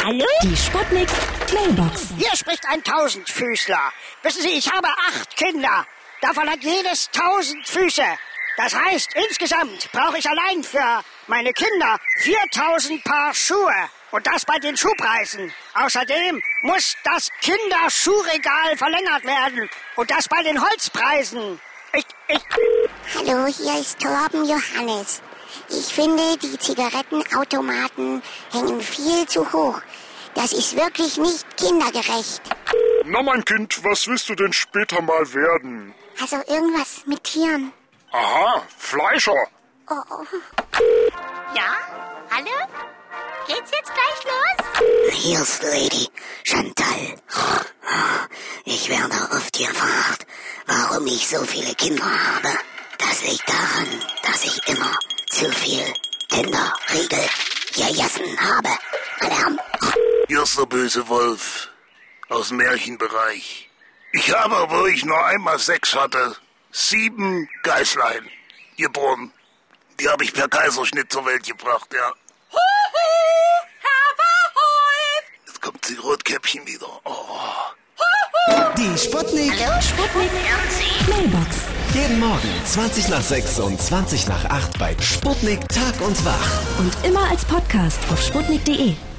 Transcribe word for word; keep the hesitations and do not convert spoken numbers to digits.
Hallo? Die Sputnik Mailbox. Hier spricht ein Tausendfüßler. Wissen Sie, ich habe acht Kinder. Davon hat jedes tausend Füße. Das heißt, insgesamt brauche ich allein für meine Kinder viertausend Paar Schuhe. Und das bei den Schuhpreisen. Außerdem muss das Kinderschuhregal verlängert werden. Und das bei den Holzpreisen. Ich, ich... Hallo, hier ist Torben Johannes. Ich finde, die Zigarettenautomaten hängen viel zu hoch. Das ist wirklich nicht kindergerecht. Na, mein Kind, was willst du denn später mal werden? Also irgendwas mit Tieren. Aha, Fleischer. Oh, oh. Ja? Hallo? Geht's jetzt gleich los? Hier ist Lady Chantal. Ich werde oft gefragt, warum ich so viele Kinder habe. Das liegt daran, dass ich immer zu viel Kinderriegel gegessen habe. Meine Herren. Hier ist der böse Wolf aus dem Märchenbereich. Ich habe, wo ich nur einmal Sex hatte, sieben Geißlein geboren. Die habe ich per Kaiserschnitt zur Welt gebracht, ja. Huhu, Herr Wolf! Jetzt kommt die Rotkäppchen wieder. Oh. Die Sputnik. Hallo, Sputnik Mailbox. Jeden Morgen zwanzig nach sechs und zwanzig nach acht bei Sputnik Tag und Wach. Und immer als Podcast auf sputnik punkt de.